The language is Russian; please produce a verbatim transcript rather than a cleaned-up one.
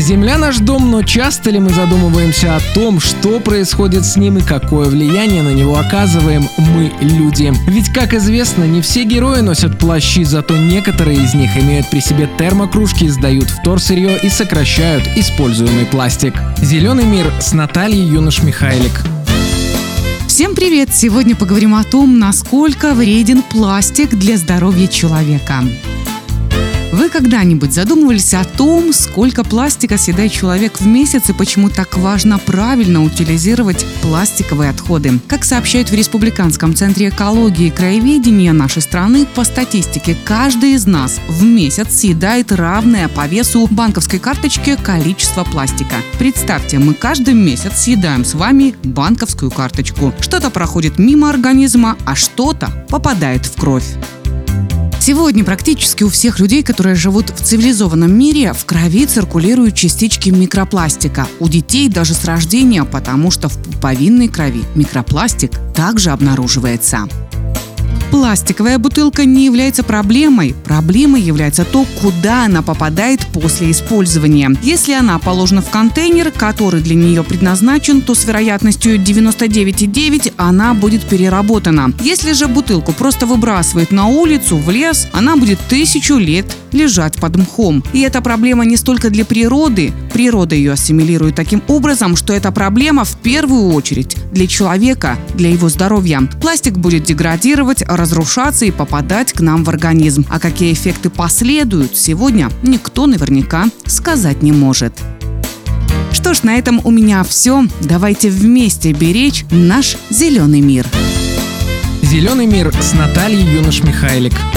Земля наш дом, но часто ли мы задумываемся о том, что происходит с ним и какое влияние на него оказываем мы, люди? Ведь, как известно, не все герои носят плащи, зато некоторые из них имеют при себе термокружки, сдают вторсырье и сокращают используемый пластик. «Зеленый мир» с Натальей Юнош-Михайлик. Всем привет! Сегодня поговорим о том, насколько вреден пластик для здоровья человека. Вы когда-нибудь задумывались о том, сколько пластика съедает человек в месяц и почему так важно правильно утилизировать пластиковые отходы? Как сообщают в Республиканском центре экологии и краеведения нашей страны, по статистике, каждый из нас в месяц съедает равное по весу банковской карточки количество пластика. Представьте, мы каждый месяц съедаем с вами банковскую карточку. Что-то проходит мимо организма, а что-то попадает в кровь. Сегодня практически у всех людей, которые живут в цивилизованном мире, в крови циркулируют частички микропластика. У детей даже с рождения, потому что в пуповинной крови микропластик также обнаруживается. Пластиковая бутылка не является проблемой. Проблемой является то, куда она попадает после использования. Если она положена в контейнер, который для нее предназначен, то с вероятностью девяносто девять и девять десятых она будет переработана. Если же бутылку просто выбрасывают на улицу, в лес, она будет тысячу лет лежать под мхом. И эта проблема не столько для природы. Природа ее ассимилирует таким образом, что эта проблема в первую очередь для человека, для его здоровья. Пластик будет деградировать, разрушаться и попадать к нам в организм. А какие эффекты последуют, сегодня никто наверняка сказать не может. Что ж, на этом у меня все. Давайте вместе беречь наш зеленый мир. «Зеленый мир» с Натальей Юнош-Михайлик.